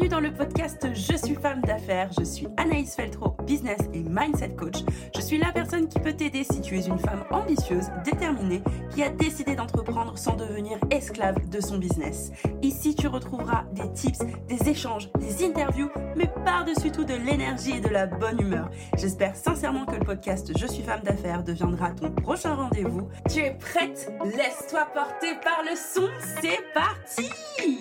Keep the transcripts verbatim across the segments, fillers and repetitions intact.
dans le podcast Je suis femme d'affaires. Je suis Anaïs Feltro, business et mindset coach. Je suis la personne qui peut t'aider si tu es une femme ambitieuse, déterminée, qui a décidé d'entreprendre sans devenir esclave de son business. Ici, tu retrouveras des tips, des échanges, des interviews, mais par-dessus tout de l'énergie et de la bonne humeur. J'espère sincèrement que le podcast Je suis femme d'affaires deviendra ton prochain rendez-vous. Tu es prête? Laisse-toi porter par le son. C'est parti!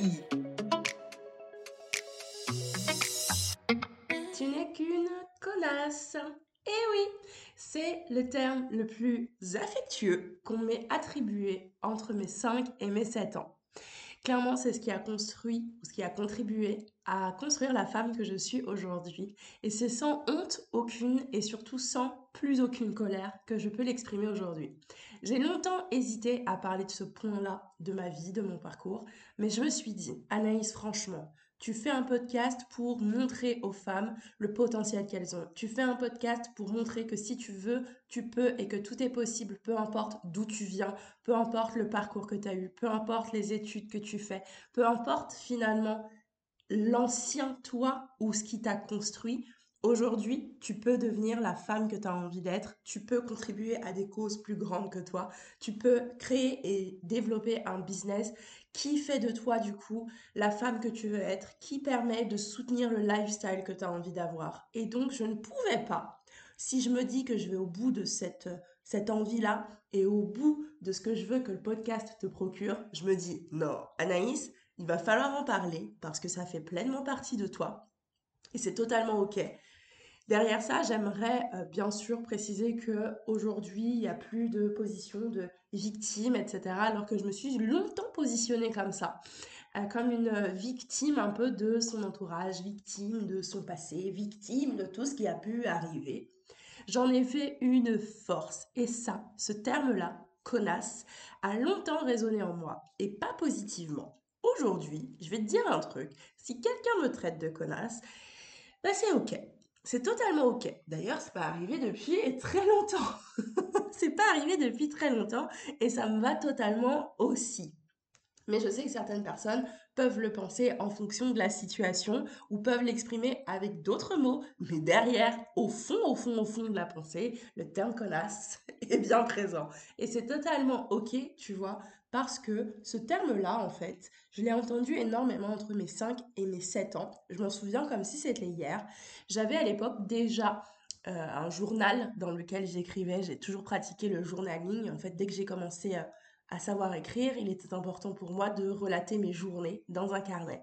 Tu n'es qu'une connasse. Eh oui, c'est le terme le plus affectueux qu'on m'ait attribué entre mes cinq et mes sept ans. Clairement, c'est ce qui a construit, ce qui a contribué à construire la femme que je suis aujourd'hui. Et c'est sans honte aucune et surtout sans plus aucune colère que je peux l'exprimer aujourd'hui. J'ai longtemps hésité à parler de ce point-là de ma vie, de mon parcours, mais je me suis dit, Anaïs, franchement, tu fais un podcast pour montrer aux femmes le potentiel qu'elles ont. Tu fais un podcast pour montrer que si tu veux, tu peux et que tout est possible, peu importe d'où tu viens, peu importe le parcours que tu as eu, peu importe les études que tu fais, peu importe finalement l'ancien toi ou ce qui t'a construit. Aujourd'hui, tu peux devenir la femme que tu as envie d'être, tu peux contribuer à des causes plus grandes que toi, tu peux créer et développer un business qui fait de toi du coup la femme que tu veux être, qui permet de soutenir le lifestyle que tu as envie d'avoir. Et donc, je ne pouvais pas, si je me dis que je vais au bout de cette, cette envie-là et au bout de ce que je veux que le podcast te procure, je me dis non, Anaïs, il va falloir en parler parce que ça fait pleinement partie de toi et c'est totalement ok. Derrière ça, j'aimerais euh, bien sûr préciser que aujourd'hui, il n'y a plus de position de victime, et cetera. Alors que je me suis longtemps positionnée comme ça, euh, comme une euh, victime un peu de son entourage, victime de son passé, victime de tout ce qui a pu arriver. J'en ai fait une force et ça, ce terme-là, connasse, a longtemps résonné en moi et pas positivement. Aujourd'hui, je vais te dire un truc, si quelqu'un me traite de connasse, bah c'est ok. C'est totalement ok. D'ailleurs, c'est pas arrivé depuis très longtemps. C'est pas arrivé depuis très longtemps et ça me va totalement aussi. Mais je sais que certaines personnes peuvent le penser en fonction de la situation ou peuvent l'exprimer avec d'autres mots, mais derrière, au fond, au fond, au fond de la pensée, le terme connasse est bien présent. Et c'est totalement ok, tu vois, parce que ce terme-là, en fait, je l'ai entendu énormément entre mes cinq et mes sept ans. Je m'en souviens comme si c'était hier. J'avais à l'époque déjà euh, un journal dans lequel j'écrivais. J'ai toujours pratiqué le journaling. En fait, dès que j'ai commencé à à savoir écrire, il était important pour moi de relater mes journées dans un carnet.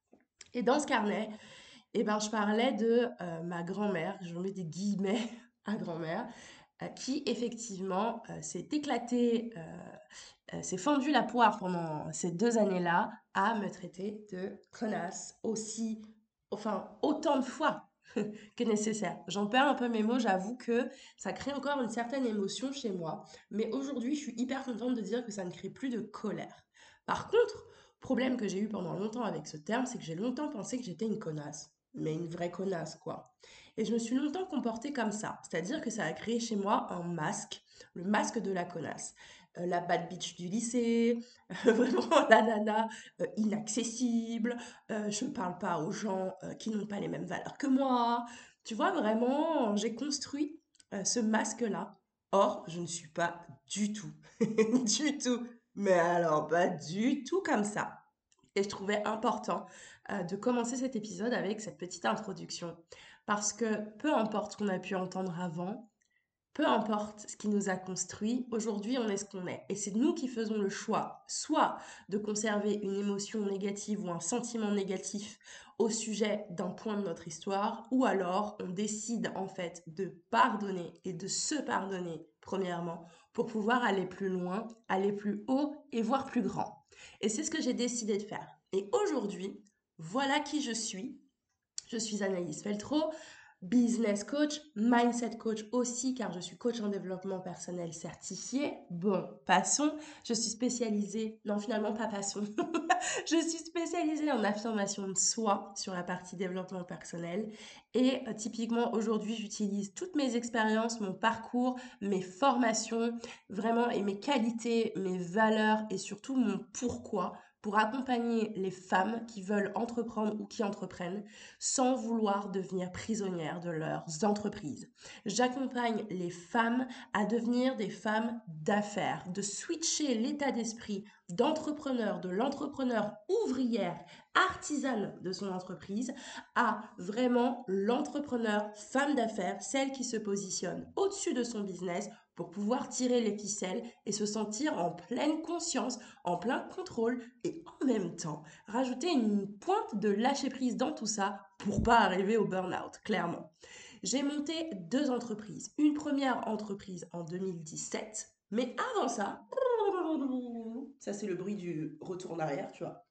Et dans ce carnet, eh ben, je parlais de euh, ma grand-mère, je mets des guillemets à grand-mère, euh, qui effectivement euh, s'est éclatée, euh, euh, s'est fendue la poire pendant ces deux années-là à me traiter de connasse aussi, enfin autant de fois que nécessaire. J'en perds un peu mes mots, j'avoue que ça crée encore une certaine émotion chez moi, mais aujourd'hui je suis hyper contente de dire que ça ne crée plus de colère. Par contre, problème que j'ai eu pendant longtemps avec ce terme, c'est que j'ai longtemps pensé que j'étais une connasse, mais une vraie connasse quoi. Et je me suis longtemps comportée comme ça, c'est-à-dire que ça a créé chez moi un masque, le masque de la connasse. Euh, la bad bitch du lycée, vraiment la nana euh, inaccessible, euh, je ne parle pas aux gens euh, qui n'ont pas les mêmes valeurs que moi. Tu vois, vraiment, j'ai construit euh, ce masque-là. Or, je ne suis pas du tout, du tout, mais alors pas du tout comme ça. Et je trouvais important euh, de commencer cet épisode avec cette petite introduction. Parce que peu importe ce qu'on a pu entendre avant, peu importe ce qui nous a construit, aujourd'hui on est ce qu'on est. Et c'est nous qui faisons le choix, soit de conserver une émotion négative ou un sentiment négatif au sujet d'un point de notre histoire, ou alors on décide en fait de pardonner et de se pardonner, premièrement, pour pouvoir aller plus loin, aller plus haut et voir plus grand. Et c'est ce que j'ai décidé de faire. Et aujourd'hui, voilà qui je suis. Je suis Anaïs Feltro, business coach, mindset coach aussi, car je suis coach en développement personnel certifié. Bon, passons. Je suis spécialisée, non finalement pas passons. Je suis spécialisée en affirmation de soi sur la partie développement personnel. Et euh, typiquement aujourd'hui, j'utilise toutes mes expériences, mon parcours, mes formations, vraiment, et mes qualités, mes valeurs et surtout mon pourquoi pour accompagner les femmes qui veulent entreprendre ou qui entreprennent sans vouloir devenir prisonnières de leurs entreprises. J'accompagne les femmes à devenir des femmes d'affaires, de switcher l'état d'esprit d'entrepreneur, de l'entrepreneur ouvrière, artisane de son entreprise, à vraiment l'entrepreneur femme d'affaires, celle qui se positionne au-dessus de son business pour pouvoir tirer les ficelles et se sentir en pleine conscience, en plein contrôle et en même temps rajouter une pointe de lâcher prise dans tout ça pour pas arriver au burn-out, clairement. J'ai monté deux entreprises. Une première entreprise en deux mille dix-sept, mais avant ça, ça c'est le bruit du retour en arrière, tu vois.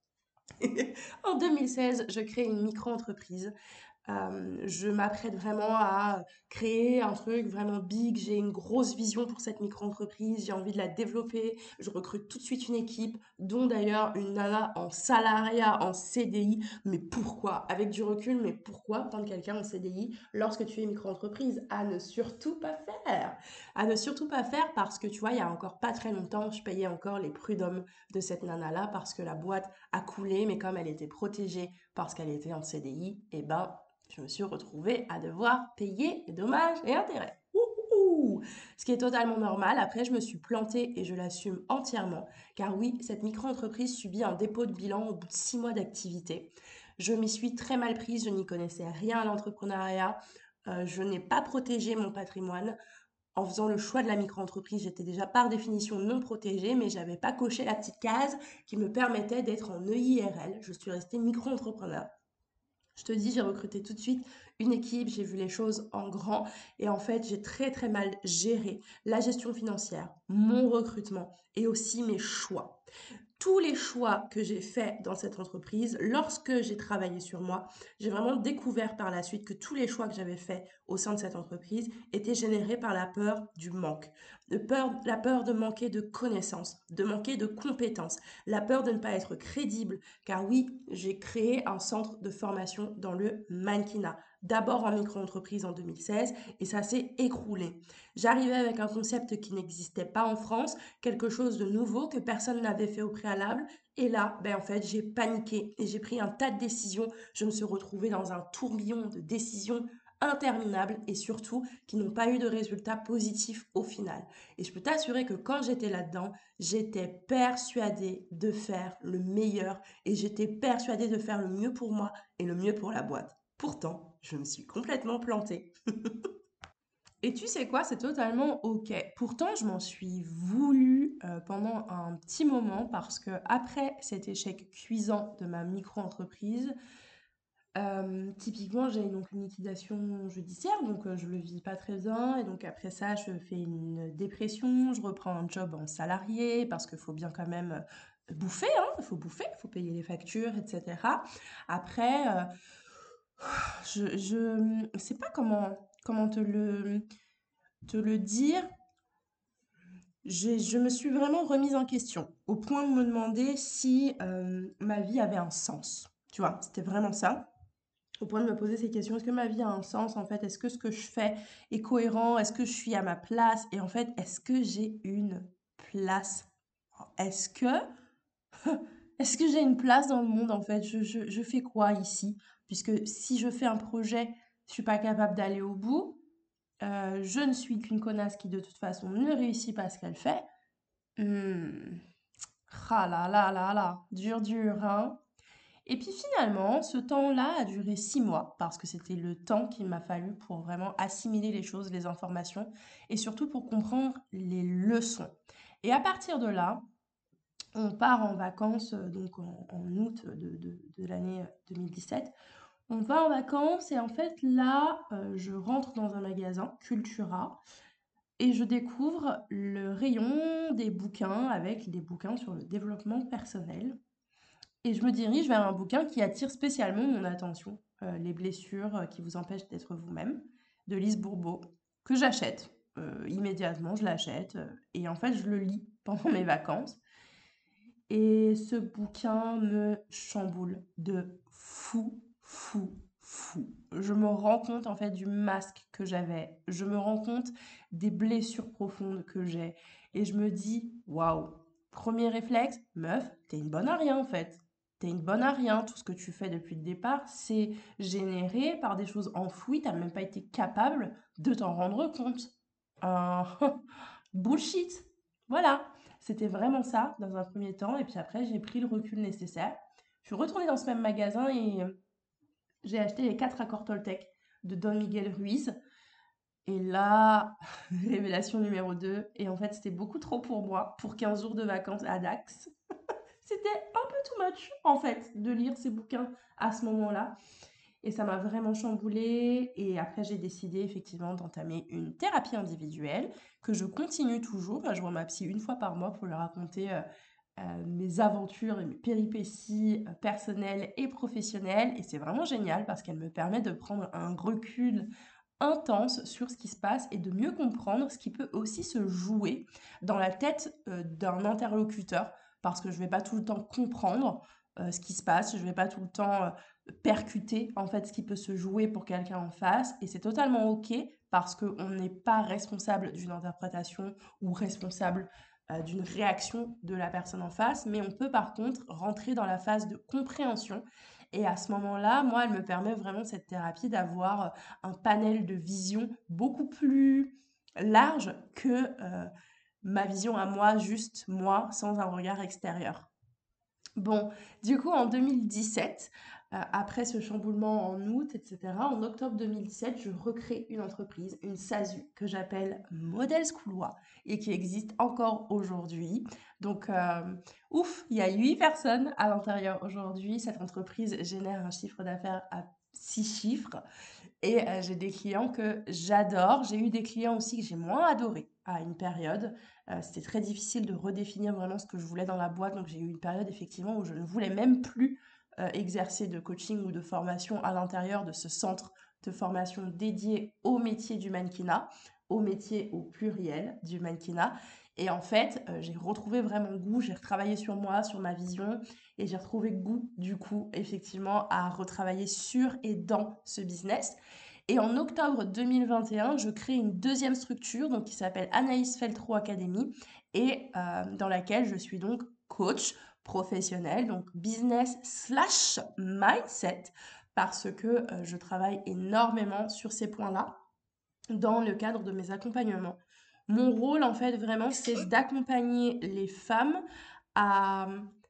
En deux mille seize, je crée une micro-entreprise. Euh, je m'apprête vraiment à créer un truc vraiment big. J'ai une grosse vision pour cette micro-entreprise. J'ai envie de la développer. Je recrute tout de suite une équipe, dont d'ailleurs une nana en salariat, en C D I. Mais pourquoi? Avec du recul, mais pourquoi prendre quelqu'un en C D I lorsque tu es micro-entreprise? À ne surtout pas faire. À ne surtout pas faire parce que tu vois, il y a encore pas très longtemps, je payais encore les prud'hommes de cette nana-là parce que la boîte a coulé, mais comme elle était protégée parce qu'elle était en C D I, et ben je me suis retrouvée à devoir payer les dommages et intérêts. Ouh, ce qui est totalement normal. Après, je me suis plantée et je l'assume entièrement. Car oui, cette micro-entreprise subit un dépôt de bilan au bout de six mois d'activité. Je m'y suis très mal prise, je n'y connaissais rien à l'entrepreneuriat. Euh, je n'ai pas protégé mon patrimoine. En faisant le choix de la micro-entreprise, j'étais déjà par définition non protégée, mais j'avais pas coché la petite case qui me permettait d'être en E I R L. Je suis restée micro-entrepreneur. Je te dis, j'ai recruté tout de suite une équipe, j'ai vu les choses en grand et en fait, j'ai très très mal géré la gestion financière, mon recrutement et aussi mes choix. Tous les choix que j'ai faits dans cette entreprise, lorsque j'ai travaillé sur moi, j'ai vraiment découvert par la suite que tous les choix que j'avais faits au sein de cette entreprise étaient générés par la peur du manque. De peur, la peur de manquer de connaissances, de manquer de compétences, la peur de ne pas être crédible. Car oui, j'ai créé un centre de formation dans le mannequinat. D'abord en micro-entreprise en deux mille seize et ça s'est écroulé. J'arrivais avec un concept qui n'existait pas en France, quelque chose de nouveau que personne n'avait fait au préalable. Et là, ben en fait, j'ai paniqué et j'ai pris un tas de décisions. Je me suis retrouvée dans un tourbillon de décisions interminables et surtout qui n'ont pas eu de résultats positifs au final. Et je peux t'assurer que quand j'étais là-dedans, j'étais persuadée de faire le meilleur et j'étais persuadée de faire le mieux pour moi et le mieux pour la boîte. Pourtant, je me suis complètement plantée. Et tu sais quoi, c'est totalement OK. Pourtant, je m'en suis voulu euh, pendant un petit moment parce que après cet échec cuisant de ma micro-entreprise, euh, typiquement, j'ai donc une liquidation judiciaire, donc euh, je le vis pas très bien. Et donc après ça, je fais une dépression, je reprends un job en salarié parce qu'il faut bien quand même euh, bouffer, hein, il faut bouffer, il faut payer les factures, et cetera. Après, euh, je, je sais pas comment, comment te le, te le dire. J'ai- je me suis vraiment remise en question, au point de me demander si euh, ma vie avait un sens. Tu vois, c'était vraiment ça. Au point de me poser ces questions, est-ce que ma vie a un sens en fait? Est-ce que ce que je fais est cohérent? Est-ce que je suis à ma place? Et en fait, est-ce que j'ai une place? Est-ce que, est-ce que j'ai une place dans le monde en fait? Je, je, je fais quoi ici? Puisque si je fais un projet, je suis pas capable d'aller au bout. Euh, je ne suis qu'une connasse qui de toute façon ne réussit pas ce qu'elle fait. Hmm. Ah là là là là, dur dur, hein. Et puis finalement, ce temps-là a duré six mois, parce que c'était le temps qu'il m'a fallu pour vraiment assimiler les choses, les informations, et surtout pour comprendre les leçons. Et à partir de là, on part en vacances, euh, donc en, en août de, de- de l'année deux mille dix-sept. On va en vacances et en fait là, euh, je rentre dans un magasin, Cultura, et je découvre le rayon des bouquins avec des bouquins sur le développement personnel. Et je me dirige vers un bouquin qui attire spécialement mon attention, euh, Les blessures euh, qui vous empêchent d'être vous-même, de Lise Bourbeau, que j'achète. Euh, immédiatement, je l'achète. euh, et en fait, je le lis pendant mes vacances. Et ce bouquin me chamboule de fou, fou, fou. Je me rends compte en fait du masque que j'avais. Je me rends compte des blessures profondes que j'ai. Et je me dis, waouh, Premier réflexe, meuf, t'es une bonne à rien en fait. T'es une bonne à rien. Tout ce que tu fais depuis le départ, c'est généré par des choses enfouies. T'as même pas été capable de t'en rendre compte. Un bullshit. Voilà. C'était vraiment ça dans un premier temps. Et puis après, j'ai pris le recul nécessaire. Je suis retournée dans ce même magasin et euh, j'ai acheté les quatre accords Toltec de Don Miguel Ruiz. Et là, révélation numéro deux. Et en fait, c'était beaucoup trop pour moi, pour quinze jours de vacances à Dax. C'était un peu too much, en fait, de lire ces bouquins à ce moment-là. Et ça m'a vraiment chamboulée. Et après, j'ai décidé effectivement d'entamer une thérapie individuelle que je continue toujours. Enfin, je vois ma psy une fois par mois pour lui raconter euh, euh, mes aventures et mes péripéties euh, personnelles et professionnelles. Et c'est vraiment génial parce qu'elle me permet de prendre un recul intense sur ce qui se passe et de mieux comprendre ce qui peut aussi se jouer dans la tête euh, d'un interlocuteur parce que je vais pas tout le temps comprendre euh, ce qui se passe, je vais pas tout le temps euh, percuter en fait ce qui peut se jouer pour quelqu'un en face et c'est totalement ok parce qu'on n'est pas responsable d'une interprétation ou responsable euh, d'une réaction de la personne en face, mais on peut par contre rentrer dans la phase de compréhension et à ce moment-là, moi, elle me permet vraiment cette thérapie d'avoir un panel de vision beaucoup plus large que euh, ma vision à moi, juste moi, sans un regard extérieur. Bon, du coup, en deux mille dix-sept, euh, après ce chamboulement en août, et cetera, en octobre deux mille dix-sept, je recrée une entreprise, une S A S U, que j'appelle Modèle Schoolois et qui existe encore aujourd'hui. Donc, euh, ouf, il y a huit personnes à l'intérieur aujourd'hui. Cette entreprise génère un chiffre d'affaires à six chiffres et euh, j'ai des clients que j'adore. J'ai eu des clients aussi que j'ai moins adorés à une période. Euh, c'était très difficile de redéfinir vraiment ce que je voulais dans la boîte. Donc j'ai eu une période effectivement où je ne voulais même plus euh, exercer de coaching ou de formation à l'intérieur de ce centre de formation dédié au métier du mannequinat, au métier au pluriel du mannequinat. Et en fait, euh, j'ai retrouvé vraiment goût, j'ai retravaillé sur moi, sur ma vision, et j'ai retrouvé goût, du coup, effectivement, à retravailler sur et dans ce business. Et en octobre deux mille vingt et un, je crée une deuxième structure donc, qui s'appelle Anaïs Feltro Academy et euh, dans laquelle je suis donc coach professionnel, donc business slash mindset, parce que euh, je travaille énormément sur ces points-là dans le cadre de mes accompagnements. Mon rôle, en fait, vraiment, c'est d'accompagner les femmes à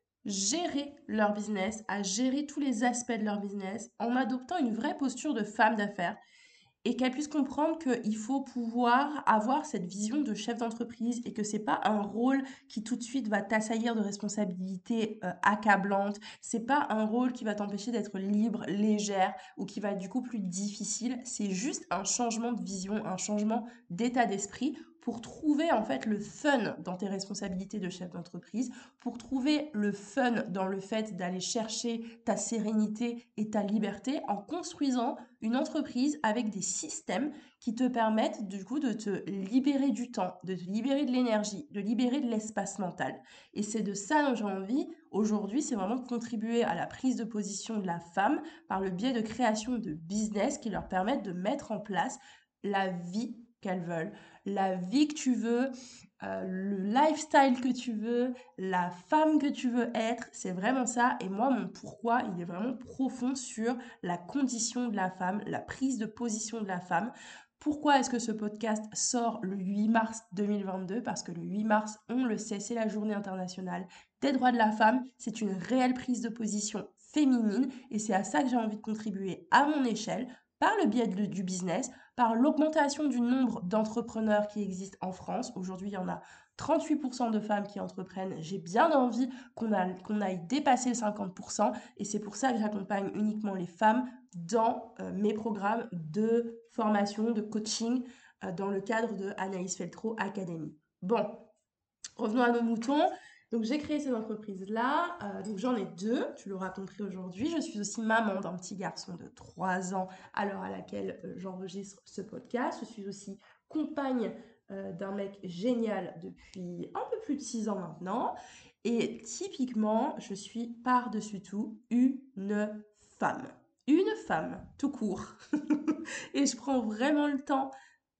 gérer leur business, à gérer tous les aspects de leur business en adoptant une vraie posture de femme d'affaires et qu'elle puisse comprendre qu'il faut pouvoir avoir cette vision de chef d'entreprise et que c'est pas un rôle qui tout de suite va t'assaillir de responsabilités euh, accablantes, c'est pas un rôle qui va t'empêcher d'être libre, légère ou qui va être du coup plus difficile, c'est juste un changement de vision, un changement d'état d'esprit pour trouver en fait le fun dans tes responsabilités de chef d'entreprise, pour trouver le fun dans le fait d'aller chercher ta sérénité et ta liberté en construisant une entreprise avec des systèmes qui te permettent du coup de te libérer du temps, de te libérer de l'énergie, de libérer de l'espace mental. Et c'est de ça dont j'ai envie aujourd'hui, c'est vraiment de contribuer à la prise de position de la femme par le biais de création de business qui leur permettent de mettre en place la vie qu'elles veulent, la vie que tu veux, euh, le lifestyle que tu veux, la femme que tu veux être, c'est vraiment ça. Et moi, mon pourquoi, il est vraiment profond sur la condition de la femme, la prise de position de la femme. Pourquoi est-ce que ce podcast sort le huit mars deux mille vingt-deux? Parce que le huit mars, on le sait, c'est la journée internationale des droits de la femme. C'est une réelle prise de position féminine et c'est à ça que j'ai envie de contribuer à mon échelle par le biais de- du business, par l'augmentation du nombre d'entrepreneurs qui existent en France. Aujourd'hui, il y en a trente-huit pour cent de femmes qui entreprennent. J'ai bien envie qu'on a- qu'on aille dépasser le cinquante pour cent et c'est pour ça que j'accompagne uniquement les femmes dans euh, mes programmes de formation, de coaching euh, dans le cadre de Anaïs Feltro Academy. Bon, revenons à nos moutons. Donc j'ai créé cette entreprise-là, euh, donc j'en ai deux, tu l'auras compris aujourd'hui. Je suis aussi maman d'un petit garçon de trois ans à l'heure à laquelle euh, j'enregistre ce podcast. Je suis aussi compagne euh, d'un mec génial depuis un peu plus de six ans maintenant. Et typiquement, je suis par-dessus tout une femme. Une femme, tout court. Et je prends vraiment le temps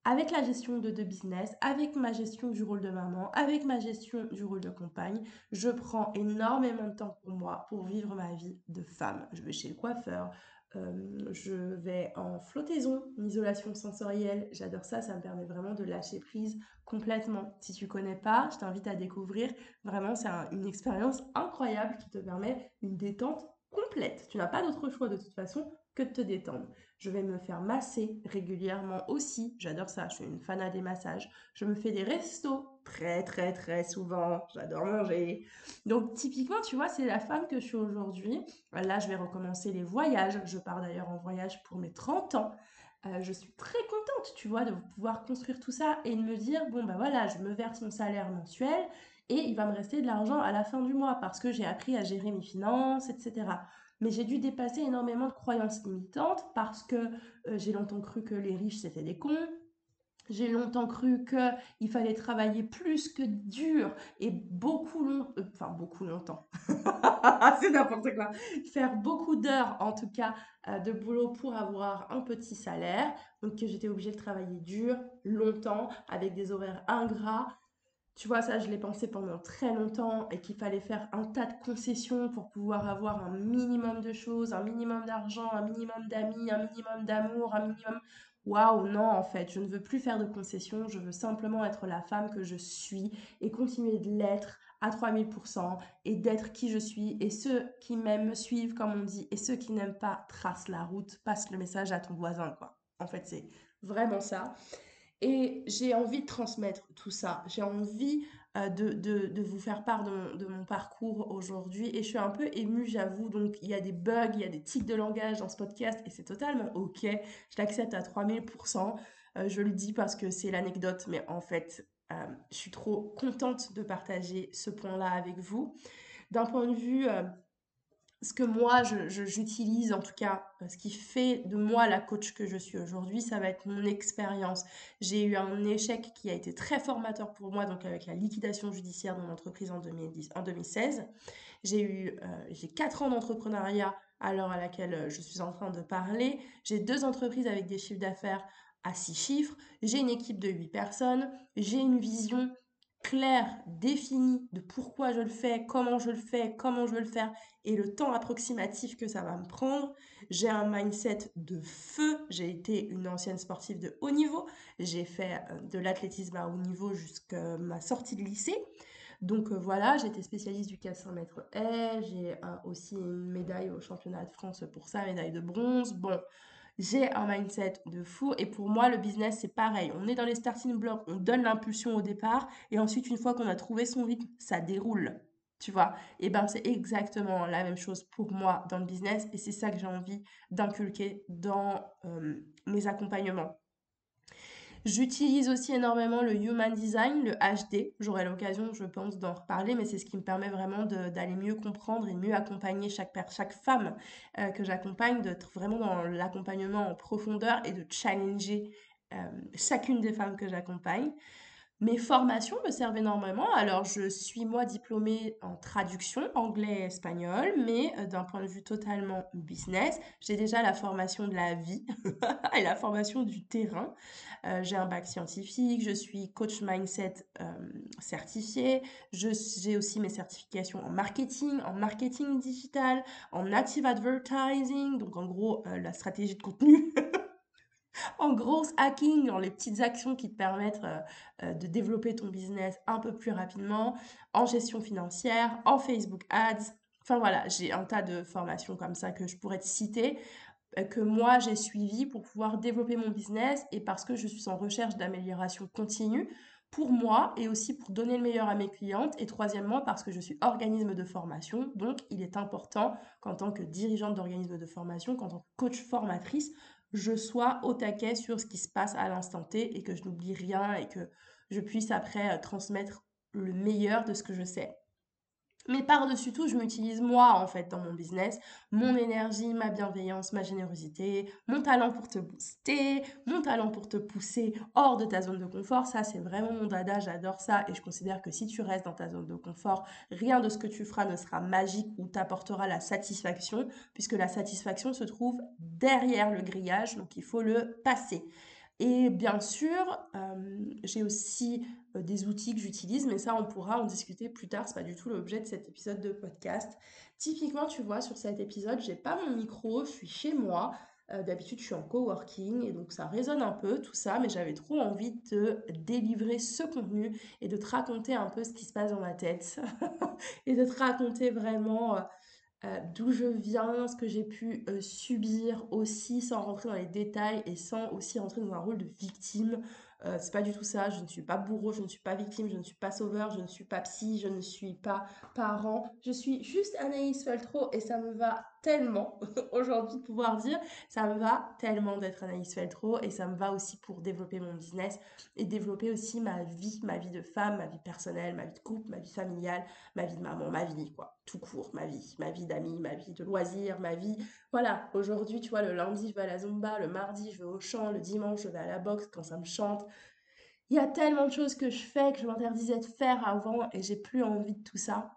avec la gestion de deux business, avec ma gestion du rôle de maman, avec ma gestion du rôle de compagne, je prends énormément de temps pour moi, pour vivre ma vie de femme. Je vais chez le coiffeur, euh, je vais en flottaison, en isolation sensorielle. J'adore ça, ça me permet vraiment de lâcher prise complètement. Si tu connais pas, je t'invite à découvrir. Vraiment, c'est un- une expérience incroyable qui te permet une détente complète. Tu n'as pas d'autre choix de toute façon que de te détendre. Je vais me faire masser régulièrement aussi. J'adore ça, je suis une fanat des massages. Je me fais des restos très très très souvent. J'adore manger. Donc typiquement, tu vois, c'est la femme que je suis aujourd'hui. Là, je vais recommencer les voyages. Je pars d'ailleurs en voyage pour mes trente ans. Euh, je suis très contente, tu vois, de pouvoir construire tout ça et de me dire, bon, bah voilà, je me verse mon salaire mensuel et il va me rester de l'argent à la fin du mois parce que j'ai appris à gérer mes finances, et cetera. Mais j'ai dû dépasser énormément de croyances limitantes parce que euh, j'ai longtemps cru que les riches c'était des cons. J'ai longtemps cru qu'il fallait travailler plus que dur et beaucoup long, euh, enfin beaucoup longtemps. C'est n'importe quoi. Faire beaucoup d'heures, en tout cas, euh, de boulot pour avoir un petit salaire. Donc que j'étais obligée de travailler dur, longtemps, avec des horaires ingrats. Tu vois, ça, je l'ai pensé pendant très longtemps et qu'il fallait faire un tas de concessions pour pouvoir avoir un minimum de choses, un minimum d'argent, un minimum d'amis, un minimum d'amour, un minimum... Waouh, non, en fait, je ne veux plus faire de concessions, je veux simplement être la femme que je suis et continuer de l'être à trois mille pour cent et d'être qui je suis. Et ceux qui m'aiment me suivent, comme on dit, et ceux qui n'aiment pas tracent la route, passe le message à ton voisin, quoi. En fait, c'est vraiment ça. Et j'ai envie de transmettre tout ça. J'ai envie euh, de, de, de vous faire part de mon, de mon parcours aujourd'hui. Et je suis un peu émue, j'avoue. Donc, il y a des bugs, il y a des tics de langage dans ce podcast. Et c'est totalement OK. Je l'accepte à trois mille pour cent. Euh, je le dis parce que c'est l'anecdote. Mais en fait, euh, je suis trop contente de partager ce point-là avec vous. D'un point de vue... euh, ce que moi je, je- j'utilise, en tout cas, euh, ce qui fait de moi la coach que je suis aujourd'hui, ça va être mon expérience. J'ai eu un échec qui a été très formateur pour moi, donc avec la liquidation judiciaire de mon entreprise en deux mille dix, en deux mille seize. J'ai eu, euh, j'ai quatre ans d'entrepreneuriat à l'heure à laquelle euh, je suis en train de parler. J'ai deux entreprises avec des chiffres d'affaires à six chiffres. J'ai une équipe de huit personnes. J'ai une vision claire, définie de pourquoi je le fais, comment je le fais, comment je veux le faire et le temps approximatif que ça va me prendre. J'ai un mindset de feu. J'ai été une ancienne sportive de haut niveau. J'ai fait euh, de l'athlétisme à haut niveau jusqu'à ma sortie de lycée. Donc euh, voilà, j'ai été spécialiste du quatre cents mètres haies, j'ai euh, aussi une médaille au championnat de France pour ça, médaille de bronze. Bon, j'ai un mindset de fou et pour moi, le business, c'est pareil. On est dans les starting blocks, on donne l'impulsion au départ et ensuite, une fois qu'on a trouvé son rythme, ça déroule. Tu vois, et ben c'est exactement la même chose pour moi dans le business et c'est ça que j'ai envie d'inculquer dans euh, mes accompagnements. J'utilise aussi énormément le Human Design, le H D. J'aurai l'occasion, je pense, d'en reparler, mais c'est ce qui me permet vraiment de- d'aller mieux comprendre et mieux accompagner chaque, per- chaque femme euh, que j'accompagne, d'être vraiment dans l'accompagnement en profondeur et de challenger euh, chacune des femmes que j'accompagne. Mes formations me servent énormément. Alors, je suis moi diplômée en traduction anglais et espagnol, mais euh, d'un point de vue totalement business, j'ai déjà la formation de la vie et la formation du terrain. Euh, j'ai un bac scientifique, je suis coach mindset euh, certifié, je- j'ai aussi mes certifications en marketing, en marketing digital, en active advertising, donc en gros euh, la stratégie de contenu. En gros, hacking, dans les petites actions qui te permettent euh, euh, de développer ton business un peu plus rapidement, en gestion financière, en Facebook Ads. Enfin voilà, j'ai un tas de formations comme ça que je pourrais te citer, euh, que moi j'ai suivi pour pouvoir développer mon business et parce que je suis en recherche d'amélioration continue pour moi et aussi pour donner le meilleur à mes clientes. Et troisièmement, parce que je suis organisme de formation. Donc, il est important qu'en tant que dirigeante d'organisme de formation, qu'en tant que coach formatrice, je sois au taquet sur ce qui se passe à l'instant T et que je n'oublie rien et que je puisse après euh, transmettre le meilleur de ce que je sais. Mais par-dessus tout, je m'utilise moi en fait dans mon business, mon énergie, ma bienveillance, ma générosité, mon talent pour te booster, mon talent pour te pousser hors de ta zone de confort. Ça, c'est vraiment mon dada, j'adore ça et je considère que si tu restes dans ta zone de confort, rien de ce que tu feras ne sera magique ou t'apportera la satisfaction puisque la satisfaction se trouve derrière le grillage, donc il faut le passer. Et bien sûr, euh, j'ai aussi euh, des outils que j'utilise, mais ça, on pourra en discuter plus tard. C'est pas du tout l'objet de cet épisode de podcast. Typiquement, tu vois, sur cet épisode, j'ai pas mon micro, je suis chez moi. Euh, d'habitude, je suis en coworking et donc ça résonne un peu tout ça, mais j'avais trop envie de délivrer ce contenu et de te raconter un peu ce qui se passe dans ma tête et de te raconter vraiment euh, euh, d'où je viens, ce que j'ai pu euh, subir aussi sans rentrer dans les détails et sans aussi rentrer dans un rôle de victime. Euh, c'est pas du tout ça, je ne suis pas bourreau, je ne suis pas victime, je ne suis pas sauveur, je ne suis pas psy, je ne suis pas parent, je suis juste Anaïs Feltro et ça me va tellement aujourd'hui de pouvoir dire, ça me va tellement d'être Anaïs Feltro et ça me va aussi pour développer mon business et développer aussi ma vie, ma vie de femme, ma vie personnelle, ma vie de couple, ma vie familiale, ma vie de maman, ma vie quoi, tout court, ma vie, ma vie d'amis, ma vie de loisirs, ma vie, voilà, aujourd'hui tu vois, le lundi je vais à la Zumba, le mardi je vais au chant, le dimanche je vais à la boxe quand ça me chante. Il y a tellement de choses que je fais que je m'interdisais de faire avant et j'ai plus envie de tout ça.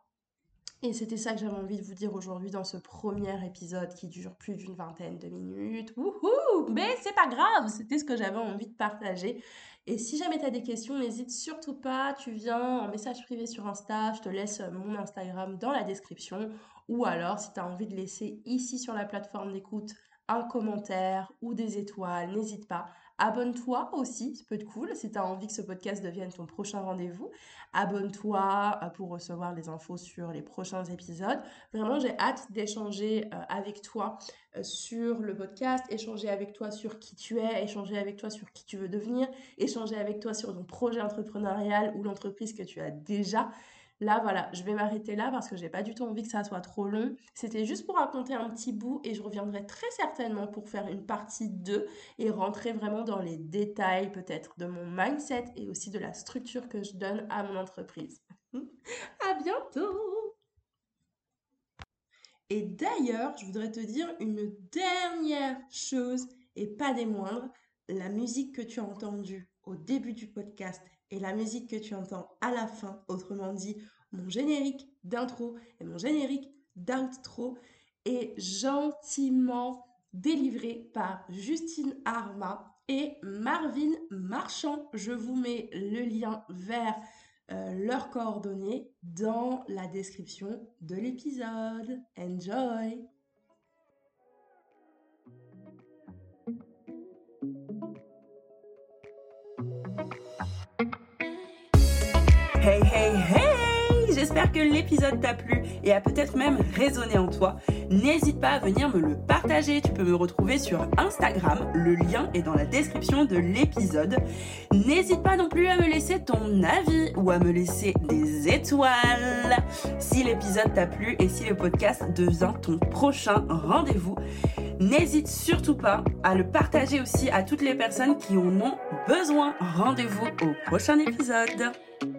Et c'était ça que j'avais envie de vous dire aujourd'hui dans ce premier épisode qui dure plus d'une vingtaine de minutes. Wouhou! Mais c'est pas grave, c'était ce que j'avais envie de partager. Et si jamais tu as des questions, n'hésite surtout pas, tu viens en message privé sur Insta, je te laisse mon Instagram dans la description. Ou alors, si tu as envie de laisser ici sur la plateforme d'écoute un commentaire ou des étoiles, n'hésite pas. Abonne-toi aussi, ça peut être cool si tu as envie que ce podcast devienne ton prochain rendez-vous. Abonne-toi euh, pour recevoir les infos sur les prochains épisodes. Vraiment, j'ai hâte d'échanger euh, avec toi euh, sur le podcast, échanger avec toi sur qui tu es, échanger avec toi sur qui tu veux devenir, échanger avec toi sur ton projet entrepreneurial ou l'entreprise que tu as déjà. Là, voilà, je vais m'arrêter là parce que j'ai pas du tout envie que ça soit trop long. C'était juste pour raconter un petit bout et je reviendrai très certainement pour faire une partie deux et rentrer vraiment dans les détails peut-être de mon mindset et aussi de la structure que je donne à mon entreprise. À bientôt! Et d'ailleurs, je voudrais te dire une dernière chose et pas des moindres. La musique que tu as entendue au début du podcast et la musique que tu entends à la fin, autrement dit, mon générique d'intro et mon générique d'outro est gentiment délivré par Justine Arma et Marvin Marchand. Je vous mets le lien vers euh, leurs coordonnées dans la description de l'épisode. Enjoy! Hey hey hey! J'espère que l'épisode t'a plu et a peut-être même résonné en toi. N'hésite pas à venir me le partager. Tu peux me retrouver sur Instagram. Le lien est dans la description de l'épisode. N'hésite pas non plus à me laisser ton avis ou à me laisser des étoiles si l'épisode t'a plu et si le podcast devient ton prochain rendez-vous. N'hésite surtout pas à le partager aussi à toutes les personnes qui en ont besoin. Rendez-vous au prochain épisode.